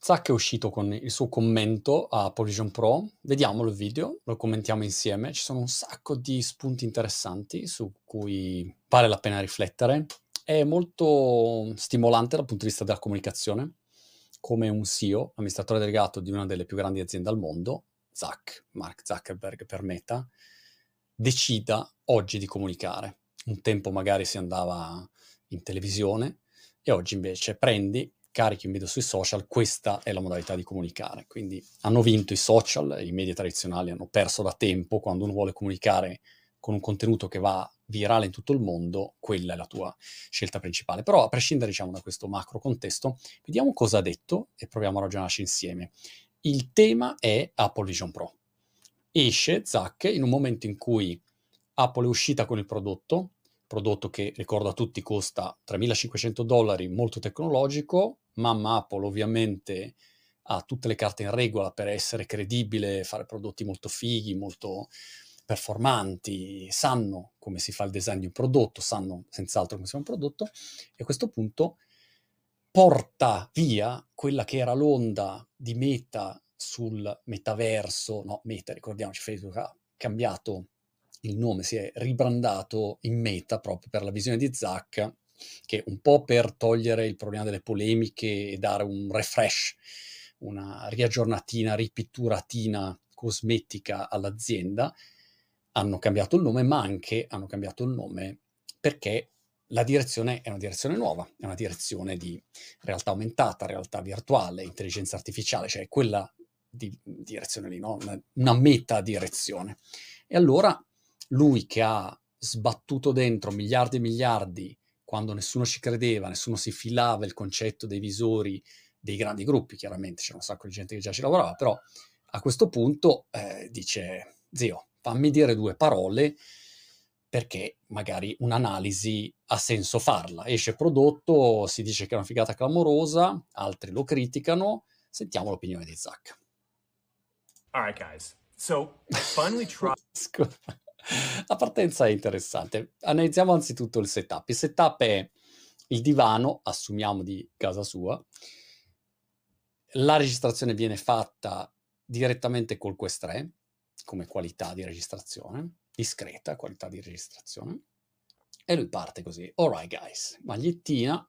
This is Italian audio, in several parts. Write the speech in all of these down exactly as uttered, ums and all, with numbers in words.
Zach è uscito con il suo commento a Apple Vision Pro. Vediamolo il video, lo commentiamo insieme. Ci sono un sacco di spunti interessanti su cui vale la pena riflettere. È molto stimolante dal punto di vista della comunicazione, come un C E O, amministratore delegato di una delle più grandi aziende al mondo, Zuck, Mark Zuckerberg per Meta, decida oggi di comunicare. Un tempo magari si andava in televisione e oggi invece prendi, carichi un video sui social, questa è la modalità di comunicare. Quindi hanno vinto i social, i media tradizionali hanno perso da tempo. Quando uno vuole comunicare con un contenuto che va virale in tutto il mondo, quella è la tua scelta principale. Però a prescindere, diciamo, da questo macro contesto, vediamo cosa ha detto e proviamo a ragionarci insieme. Il tema è Apple Vision Pro. Esce Zuck in un momento in cui Apple è uscita con il prodotto, prodotto che, ricordo a tutti, costa tremilacinquecento dollari, molto tecnologico. Mamma Apple ovviamente ha tutte le carte in regola per essere credibile, fare prodotti molto fighi, molto performanti, sanno come si fa il design di un prodotto, sanno senz'altro come si fa un prodotto, e a questo punto porta via quella che era l'onda di Meta sul metaverso. No, Meta, ricordiamoci, Facebook ha cambiato il nome, si è ribrandato in Meta proprio per la visione di Zuck, che un po' per togliere il problema delle polemiche e dare un refresh, una riaggiornatina, ripitturatina cosmetica all'azienda, hanno cambiato il nome, ma anche hanno cambiato il nome perché la direzione è una direzione nuova, è una direzione di realtà aumentata, realtà virtuale, intelligenza artificiale, cioè quella di direzione lì, no? Una, una meta direzione. E allora lui, che ha sbattuto dentro miliardi e miliardi quando nessuno ci credeva, nessuno si filava il concetto dei visori dei grandi gruppi, chiaramente c'era un sacco di gente che già ci lavorava, però a questo punto eh, dice: zio, fammi dire due parole, perché magari un'analisi ha senso farla. Esce prodotto, si dice che è una figata clamorosa, altri lo criticano. Sentiamo l'opinione di Zuck. All right, guys. So I finally tried. Scusa. La partenza è interessante. Analizziamo anzitutto il setup. Il setup è il divano, assumiamo di casa sua. La registrazione viene fatta direttamente col Quest tre, come qualità di registrazione, discreta qualità di registrazione. E lui parte così: all right guys, magliettina,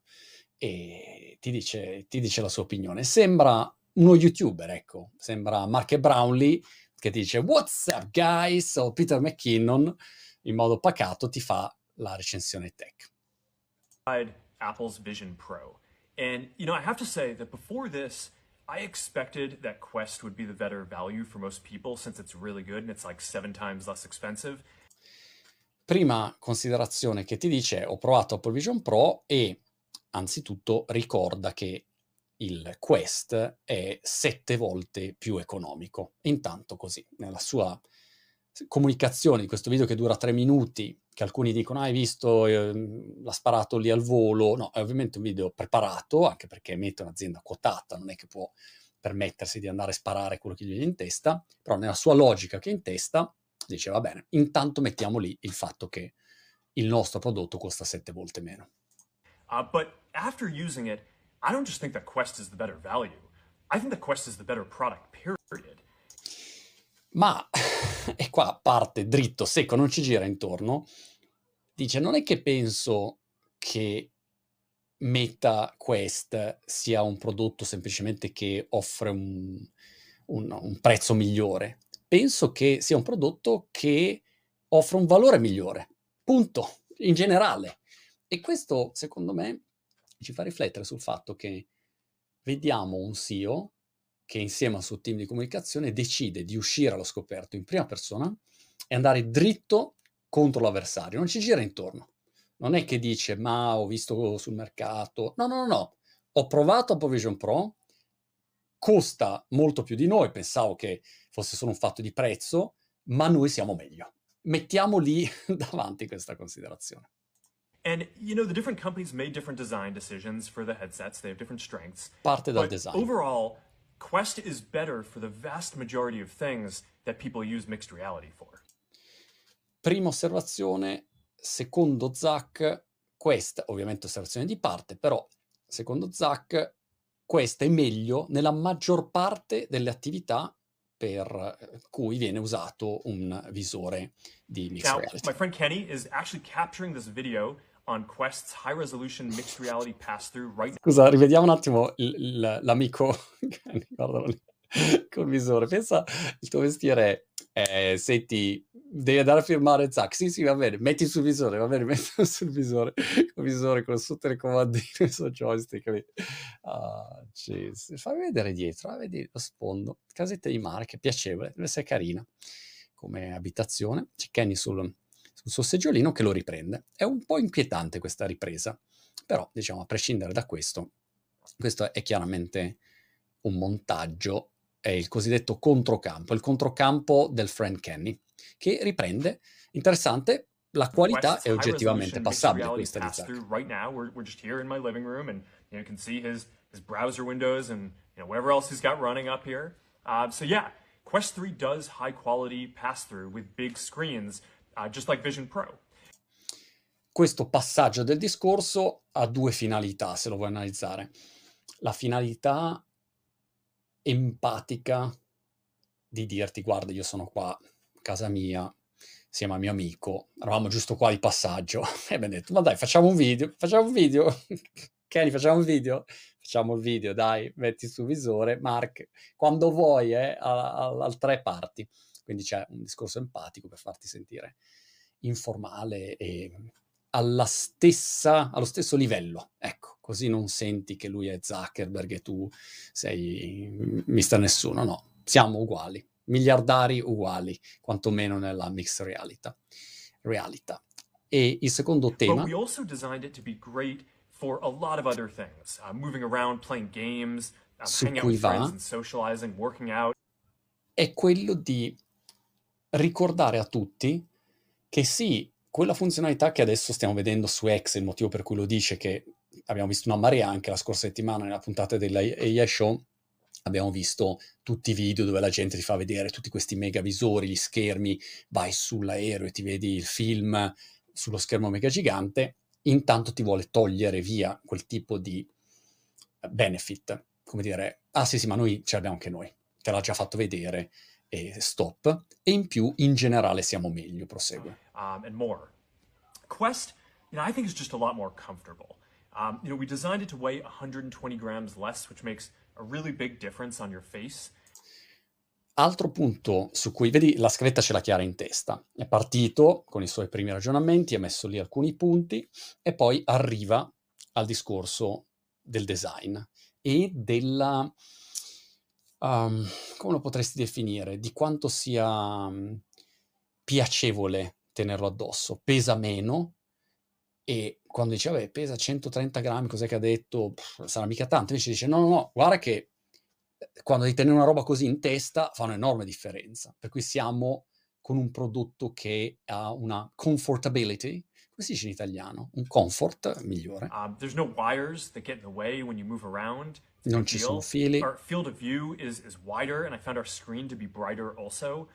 e ti dice, ti dice la sua opinione. Sembra uno youtuber, ecco, sembra Mark Brownlee che ti dice what's up guys, o Peter McKinnon in modo pacato ti fa la recensione tech. Apple's Vision Pro. And, you know, I have to say that before this, I expected that Quest would be the better value for most people since it's really good and it's like seven times less expensive. Prima considerazione che ti dice: ho provato Apple Vision Pro e anzitutto ricorda che il Quest è sette volte più economico. Intanto così, nella sua comunicazione di questo video che dura tre minuti, che alcuni dicono: ah, hai visto, eh, l'ha sparato lì al volo. No, è ovviamente un video preparato, anche perché Meta è un'azienda quotata, non è che può permettersi di andare a sparare quello che gli viene in testa, però nella sua logica che è in testa dice: va bene, intanto mettiamo lì il fatto che il nostro prodotto costa sette volte meno. Uh, but after using it, I don't just think that Quest is the better value. I think that Quest is the better product, period. Ma, e qua parte dritto, secco, non ci gira intorno, dice: non è che penso che Meta Quest sia un prodotto semplicemente che offre un, un, un prezzo migliore. Penso che sia un prodotto che offre un valore migliore, punto, in generale. E questo, secondo me, ci fa riflettere sul fatto che vediamo un C E O che insieme al suo team di comunicazione decide di uscire allo scoperto in prima persona e andare dritto contro l'avversario, non ci gira intorno. Non è che dice: ma ho visto sul mercato. No, no, no, no. Ho provato Apple Vision Pro, costa molto più di noi, pensavo che fosse solo un fatto di prezzo, ma noi siamo meglio. Mettiamo lì davanti questa considerazione. And, you know, the different companies made different design decisions for the headsets. They have different strengths. Parte dal But design. overall, Quest is better for the vast majority of things that people use mixed reality for. Prima osservazione, secondo Zuck, questa, ovviamente osservazione di parte, però secondo Zuck questo è meglio nella maggior parte delle attività per eh, cui viene usato un visore di mixed Now, reality. my friend Kenny is actually capturing this video on Quest's high resolution mixed reality pass through right Scusa, rivediamo un attimo il- il- l'amico Kenny, guardalo lì, col visore. Pensa, il tuo mestiere è, eh, senti, devi andare a firmare Zac. Sì, sì, va bene, metti sul visore, va bene, metti sul visore, col visore, con sotto le comandine, sul joystick lì. Ah, jeez. Fammi vedere dietro, ah, vedi lo sfondo. Casetta di mare, che piacevole, deve essere carina come abitazione. C'è Kenny sul, sul suo seggiolino che lo riprende. È un po' inquietante questa ripresa, però, diciamo, a prescindere da questo, questo è chiaramente un montaggio, è il cosiddetto controcampo, il controcampo del friend Kenny, che riprende, interessante, la qualità Quest's è high oggettivamente resolution mixed passabile reality questa di pass Zac. through right now. We're, we're just here in my living room, and you, know, you can see his his browser windows and you know whatever else he's got running up here. Uh, so yeah, Quest three does high quality pass through with big screens, uh, just like Vision Pro. Questo passaggio del discorso ha due finalità, se lo vuoi analizzare. La finalità empatica di dirti: guarda, io sono qua a casa mia, insieme al mio amico, eravamo giusto qua di passaggio, e abbiamo detto, ma dai, facciamo un video, facciamo un video, Kenny, facciamo un video, facciamo il video, dai, metti sul visore, Mark, quando vuoi, eh, al tre parti. Quindi c'è un discorso empatico per farti sentire informale e alla stessa, allo stesso livello, ecco, così non senti che lui è Zuckerberg e tu sei mister Nessuno, no, siamo uguali, miliardari uguali, quantomeno nella mixed reality. reality. E il secondo tema... But we also designed it to be great for a lot of other things, uh, moving around, playing games, um, su hanging out cui with friends va and socializing, working out. È quello di ricordare a tutti che sì, quella funzionalità che adesso stiamo vedendo su X, il motivo per cui lo dice, che abbiamo visto una marea anche la scorsa settimana nella puntata della A I Show, abbiamo visto tutti i video dove la gente ti fa vedere tutti questi megavisori, gli schermi, vai sull'aereo e ti vedi il film sullo schermo mega gigante, intanto ti vuole togliere via quel tipo di benefit, come dire, ah sì sì, ma noi ce l'abbiamo anche noi, te l'ha già fatto vedere, e stop, e in più in generale siamo meglio, prosegue. Um, and more. Quest, you know, I think is just a lot more comfortable. Um, you know, we designed it to weigh one hundred twenty grams less, which makes a really big difference on your face. Altro punto su cui, vedi, la scaletta ce l'ha chiara in testa. È partito con i suoi primi ragionamenti, ha messo lì alcuni punti e poi arriva al discorso del design e della... Um, come lo potresti definire? Di quanto sia um, piacevole tenerlo addosso. Pesa meno e quando dice, vabbè, pesa centotrenta grammi, cos'è che ha detto? Pff, sarà mica tanto. Invece dice, no, no, no, guarda che quando devi tenere una roba così in testa fa un'enorme differenza. Per cui siamo con un prodotto che ha una comfortability, come si dice in italiano? Un comfort migliore. Um, there's no wires that get in the way when you move around. Non ci sono fili. Our field of view is, is wider, and I found our screen to be brighter also.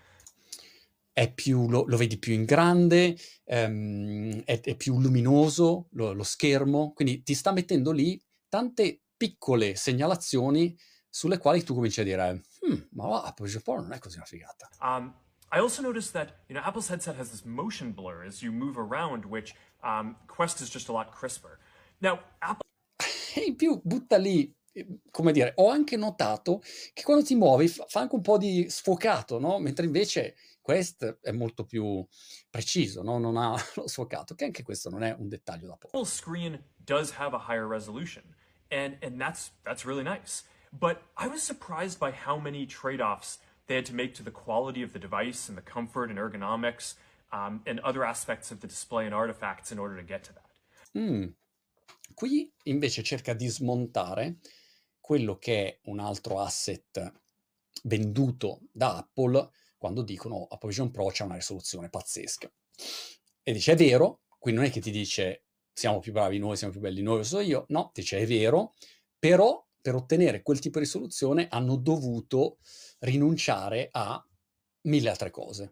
È più, lo, lo vedi più in grande, ehm, è, è più luminoso lo, lo schermo, quindi ti sta mettendo lì tante piccole segnalazioni sulle quali tu cominci a dire, hmm, ma va, Apple Vision Pro non è così una figata. Um, I also noticed that, you know, Apple's headset has this motion blur as you move around, which um, Quest is just a lot crisper. Now, Apple... E in più butta lì, come dire, ho anche notato che quando ti muovi fa, fa anche un po' di sfocato, no? Mentre invece Quest è molto più preciso, no? Non ha lo sfocato, che anche questo non è un dettaglio da poco. Apple's screen does have a higher resolution, and, and that's, that's really nice. But I was surprised by how many trade-offs they had to make to the quality of the device and the comfort and ergonomics um, and other aspects of the display and artifacts in order to get to that. Mm. Qui invece cerca di smontare quello che è un altro asset venduto da Apple quando dicono Apple Vision Pro c'ha una risoluzione pazzesca. E dice è vero, qui non è che ti dice siamo più bravi noi, siamo più belli noi, lo so io, no, ti dice è vero, però per ottenere quel tipo di risoluzione hanno dovuto rinunciare a mille altre cose.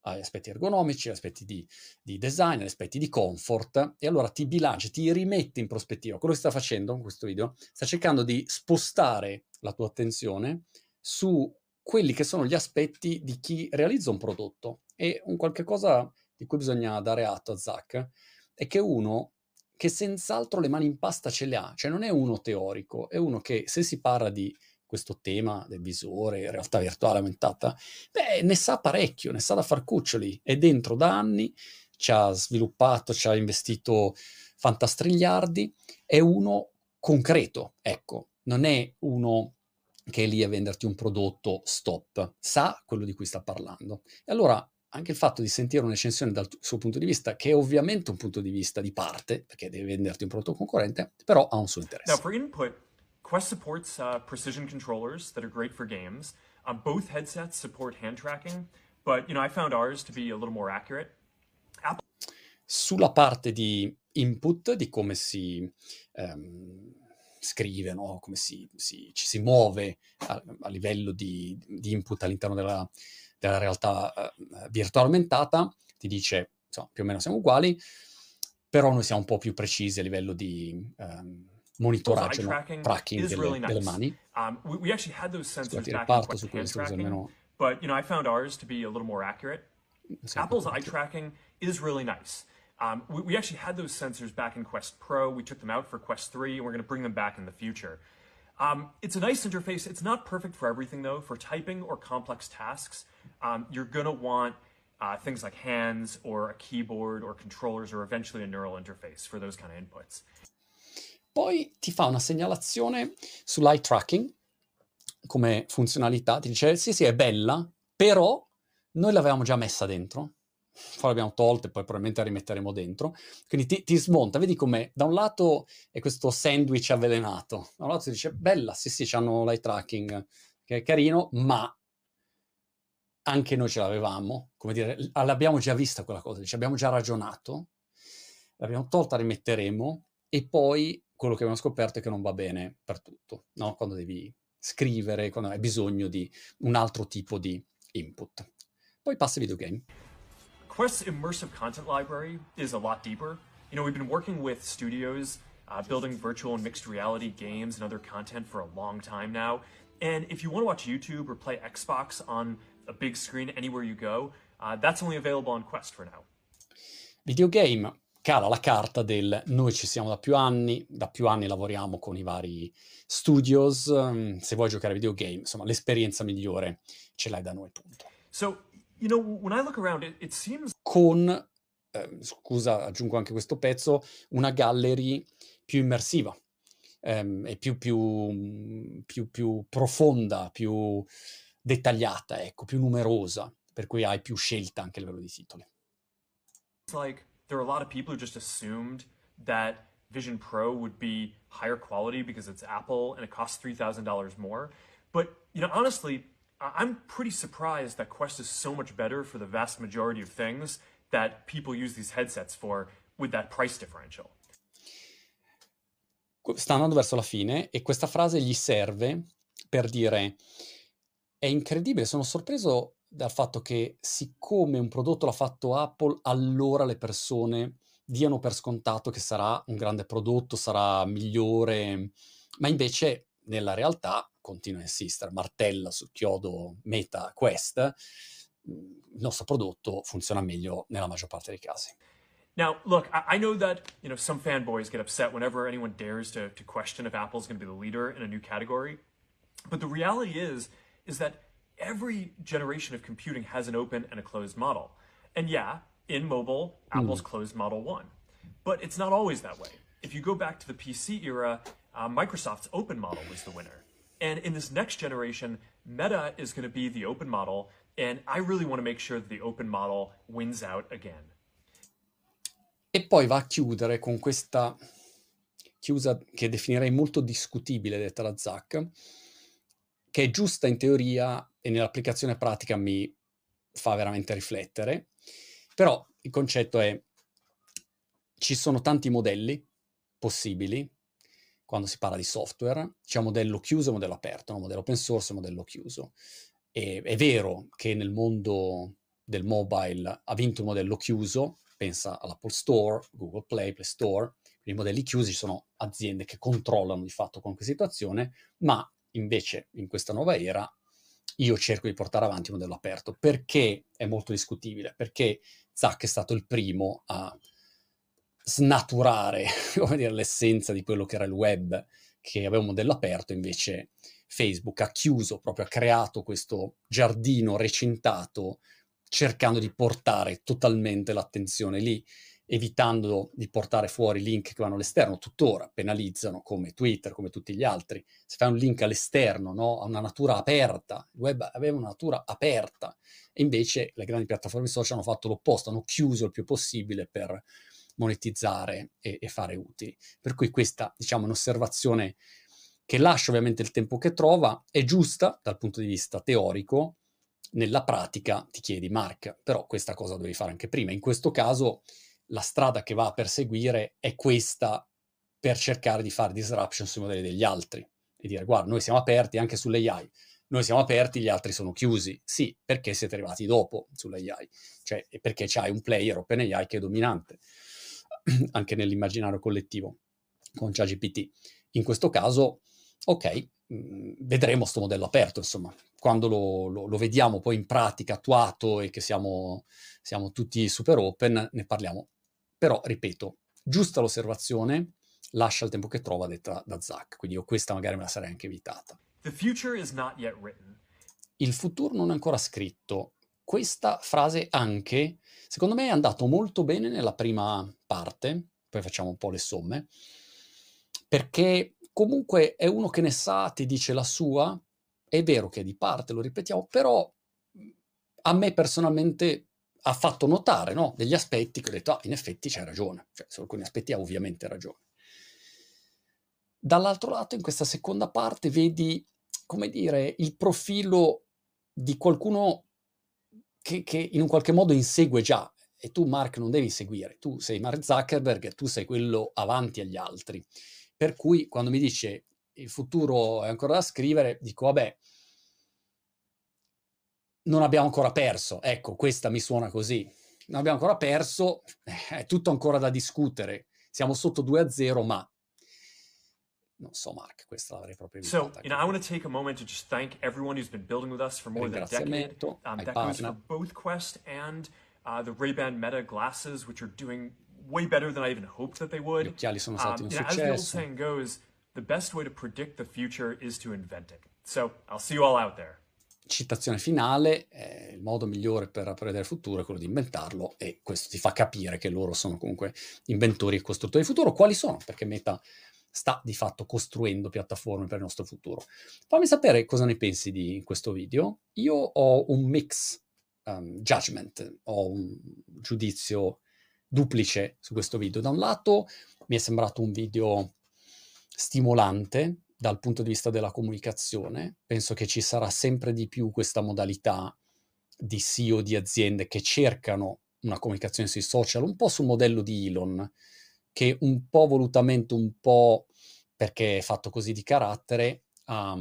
agli aspetti ergonomici, agli aspetti di, di design, agli aspetti di comfort, e allora ti bilanci, ti rimetti in prospettiva. Quello che sta facendo in questo video, sta cercando di spostare la tua attenzione su quelli che sono gli aspetti di chi realizza un prodotto. E un qualche cosa di cui bisogna dare atto a Zach è che è uno che senz'altro le mani in pasta ce le ha, cioè non è uno teorico, è uno che, se si parla di questo tema del visore, realtà virtuale aumentata, beh, ne sa parecchio, ne sa da far cuccioli, è dentro da anni, ci ha sviluppato, ci ha investito fantastrigliardi, è uno concreto, ecco, non è uno che è lì a venderti un prodotto stop, sa quello di cui sta parlando. E allora anche il fatto di sentire una recensione dal tu- suo punto di vista, che è ovviamente un punto di vista di parte, perché deve venderti un prodotto concorrente, però ha un suo Now, interesse. for input, Quest supports uh, precision controllers that are great for games. Um, both headsets support hand tracking, but you know I found ours to be a little more accurate. Apple Sulla parte di input, di come si ehm, scrive, no? Come si, si- ci si muove a, a livello di, di input all'interno della, della realtà eh, virtuale aumentata, ti dice, insomma, più o meno siamo uguali, però noi siamo un po' più precisi a livello di ehm, Apple's eye monitoraggio, no? tracking Tracking is delle, really delle nice. mani. Um, we, we actually had those Scusa, sensors ti back in riparto Quest su hand questo così tracking, almeno but you know I found ours to be a little more accurate. siamo più Apple's eye corretti. tracking is really nice. Um, we, we actually had those sensors back in Quest Pro. We took them out for Quest three, and we're going to bring them back in the future. Um, it's a nice interface. It's not perfect for everything, though. For typing or complex tasks, um, you're going to want uh, things like hands or a keyboard or controllers or eventually a neural interface for those kind of inputs. Poi ti fa una segnalazione sull'eye tracking come funzionalità, ti dice sì sì è bella, però noi l'avevamo già messa dentro, poi l'abbiamo tolta e poi probabilmente la rimetteremo dentro, quindi ti, ti smonta, vedi come da un lato è questo sandwich avvelenato, da un lato si dice bella, sì sì c'hanno l'eye tracking che è carino, ma anche noi ce l'avevamo, come dire, l- l'abbiamo già vista quella cosa, ci abbiamo già ragionato, l'abbiamo tolta, rimetteremo, e poi quello che abbiamo scoperto è che non va bene per tutto, no? Quando devi scrivere, quando hai bisogno di un altro tipo di input. Poi passa ai videogame. Quest's immersive content library is a lot deeper. You know, we've been working with studios uh, building virtual and mixed reality games and other content for a long time now. And if you want to watch YouTube or play Xbox on a big screen anywhere you go, uh, that's only available on Quest for now. Videogame cala la carta del noi ci siamo da più anni, da più anni lavoriamo con i vari studios, ehm, se vuoi giocare a videogame, insomma, l'esperienza migliore ce l'hai da noi, punto. So, you know, when I look around, it, it seems Con, eh, scusa, aggiungo anche questo pezzo, una gallery più immersiva, ehm, e più, più, più, più profonda, più dettagliata, ecco, più numerosa, per cui hai più scelta anche a livello di titoli. like there are a lot of people who just assumed that Vision Pro would be higher quality because it's Apple and it costs three thousand dollars more. But, you know, honestly, I- I'm pretty surprised that Quest is so much better for the vast majority of things that people use these headsets for with that price differential. Qu- Sta andando verso la fine e questa frase gli serve per dire è incredibile, sono sorpreso dal fatto che siccome un prodotto l'ha fatto Apple, allora le persone diano per scontato che sarà un grande prodotto, sarà migliore, ma invece nella realtà, continua a insistere, martella sul chiodo Meta Quest, mh, il nostro prodotto funziona meglio nella maggior parte dei casi. Now, look, I, I know that you know some fanboys get upset whenever anyone dares to, to question if Apple's going to be the leader in a new category. But the reality is, is that every generation of computing has an open and a closed model. And yeah, in mobile, Apple's closed model won. But it's not always that way. If you go back to the P C era, uh, Microsoft's open model was the winner. And in this next generation, Meta is going to be the open model. And I really want to make sure that the open model wins out again. E poi va a chiudere con questa chiusa che definirei molto discutibile, detta da Zach, che è giusta in teoria e nell'applicazione pratica mi fa veramente riflettere, però il concetto è ci sono tanti modelli possibili quando si parla di software, c'è un modello chiuso e un modello aperto, un modello open source e un modello chiuso. E, è vero che nel mondo del mobile ha vinto un modello chiuso, pensa all'Apple Store, Google Play, Play Store, i modelli chiusi sono aziende che controllano di fatto qualunque situazione, ma invece in questa nuova era io cerco di portare avanti un modello aperto. Perché è molto discutibile? Perché Zuck è stato il primo a snaturare, come dire, l'essenza di quello che era il web, che aveva un modello aperto, invece Facebook ha chiuso, proprio ha creato questo giardino recintato, cercando di portare totalmente l'attenzione lì, evitando di portare fuori link che vanno all'esterno. Tuttora penalizzano, come Twitter, come tutti gli altri. Se fai un link all'esterno, no, ha una natura aperta, il web aveva una natura aperta, e invece le grandi piattaforme social hanno fatto l'opposto, hanno chiuso il più possibile per monetizzare e, e fare utili. Per cui questa, diciamo, è un'osservazione che lascia ovviamente il tempo che trova, è giusta dal punto di vista teorico. Nella pratica ti chiedi, Mark, però questa cosa lo devi fare anche prima. In questo caso la strada che va a perseguire è questa, per cercare di fare disruption sui modelli degli altri e dire, guarda, noi siamo aperti anche sull'A I, noi siamo aperti, gli altri sono chiusi. Sì, perché siete arrivati dopo sull'A I, cioè perché c'hai un player OpenAI che è dominante anche nell'immaginario collettivo con ChatGPT. In questo caso, ok, mh, vedremo sto modello aperto, insomma, quando lo, lo, lo vediamo poi in pratica, attuato, e che siamo, siamo tutti super open, ne parliamo. Però, ripeto, giusta l'osservazione, lascia il tempo che trova, detta da Zuck, quindi io questa magari me la sarei anche evitata. The future is not yet written. Il futuro non è ancora scritto. Questa frase anche, secondo me, è andato molto bene nella prima parte, poi facciamo un po' le somme, perché comunque è uno che ne sa, ti dice la sua, è vero che è di parte, lo ripetiamo, però a me personalmente ha fatto notare, no, degli aspetti che ho detto, ah, in effetti c'hai ragione, cioè su alcuni aspetti ha ovviamente ragione. Dall'altro lato, in questa seconda parte, vedi, come dire, il profilo di qualcuno che, che in un qualche modo insegue già, e tu, Mark, non devi seguire, tu sei Mark Zuckerberg, tu sei quello avanti agli altri. Per cui, quando mi dice il futuro è ancora da scrivere, dico, vabbè, non abbiamo ancora perso, ecco, questa mi suona così. Non abbiamo ancora perso, è tutto ancora da discutere. Siamo sotto due a zero, ma non so, Mark, questa l'avrei proprio evitata. So, you know, I want to take a moment to just thank everyone who's been building with us for more than a decade. Ringraziamento Um, ai that goes for partner. both Quest and uh, the Ray-Ban Meta glasses, which are doing way better than I even hoped that they Gli would. occhiali sono stati Um, un you know, as the old successo. saying goes, the best way to predict the future is to invent it. So, I'll see you all out there. Citazione finale, eh, il modo migliore per prevedere il futuro è quello di inventarlo, e questo ti fa capire che loro sono comunque inventori e costruttori del futuro. Quali sono? Perché Meta sta di fatto costruendo piattaforme per il nostro futuro. Fammi sapere cosa ne pensi di questo video. Io ho un mix um, judgment, ho un giudizio duplice su questo video. Da un lato mi è sembrato un video stimolante dal punto di vista della comunicazione. Penso che ci sarà sempre di più questa modalità di C E O di aziende che cercano una comunicazione sui social, un po' sul modello di Elon, che un po' volutamente, un po' perché è fatto così di carattere, ha,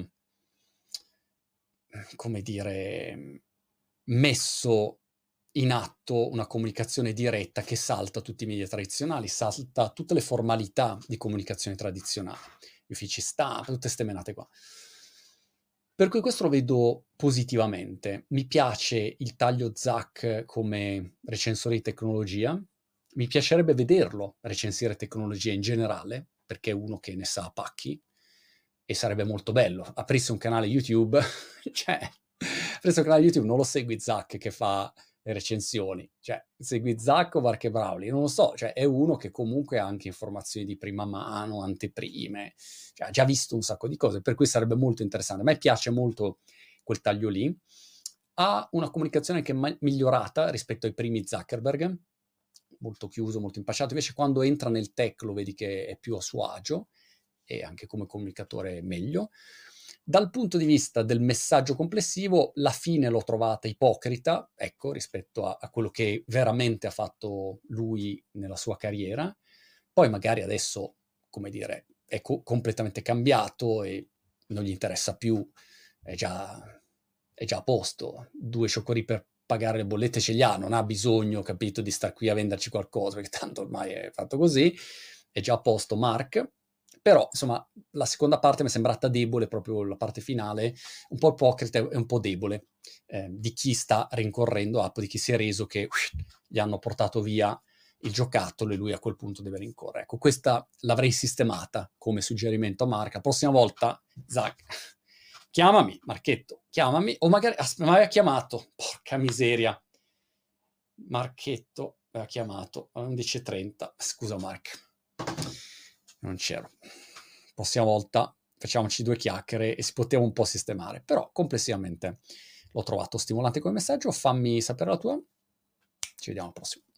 come dire, messo in atto una comunicazione diretta che salta tutti i media tradizionali, salta tutte le formalità di comunicazione tradizionale, gli uffici stampa, tutte ste menate qua. Per cui questo lo vedo positivamente. Mi piace il taglio Zuck come recensore di tecnologia, mi piacerebbe vederlo recensire tecnologia in generale, perché è uno che ne sa a pacchi, e sarebbe molto bello. Aprisse un canale YouTube, cioè, aprisse un canale YouTube, non lo segui Zuck che fa le recensioni, cioè, segui Zuck o Mark Brownlee, non lo so, cioè, è uno che comunque ha anche informazioni di prima mano, anteprime, cioè, ha già visto un sacco di cose, per cui sarebbe molto interessante. A me piace molto quel taglio lì. Ha una comunicazione che è ma- migliorata rispetto ai primi Zuckerberg, molto chiuso, molto impacciato. Invece quando entra nel tech lo vedi che è più a suo agio, e anche come comunicatore meglio. Dal punto di vista del messaggio complessivo, la fine l'ho trovata ipocrita, ecco, rispetto a, a quello che veramente ha fatto lui nella sua carriera. Poi magari adesso, come dire, è co- completamente cambiato e non gli interessa più, è già, è già a posto. Due scioccherie per, pagare le bollette ce li ha, non ha bisogno, capito, di star qui a venderci qualcosa, perché tanto ormai è fatto così, è già a posto Mark. Però, insomma, la seconda parte mi è sembrata debole, proprio la parte finale, un po' ipocrita e un po' debole, eh, di chi sta rincorrendo Apple, di chi si è reso che uff, gli hanno portato via il giocattolo e lui a quel punto deve rincorrere. Ecco, questa l'avrei sistemata come suggerimento a Mark. La prossima volta, Zach, chiamami, Marchetto, chiamami, o magari, aspetta, mi aveva chiamato, porca miseria, Marchetto mi ha chiamato alle undici e trenta, scusa Mark, non c'ero. Prossima volta facciamoci due chiacchiere e si poteva un po' sistemare, però complessivamente l'ho trovato stimolante come messaggio. Fammi sapere la tua, ci vediamo al prossimo.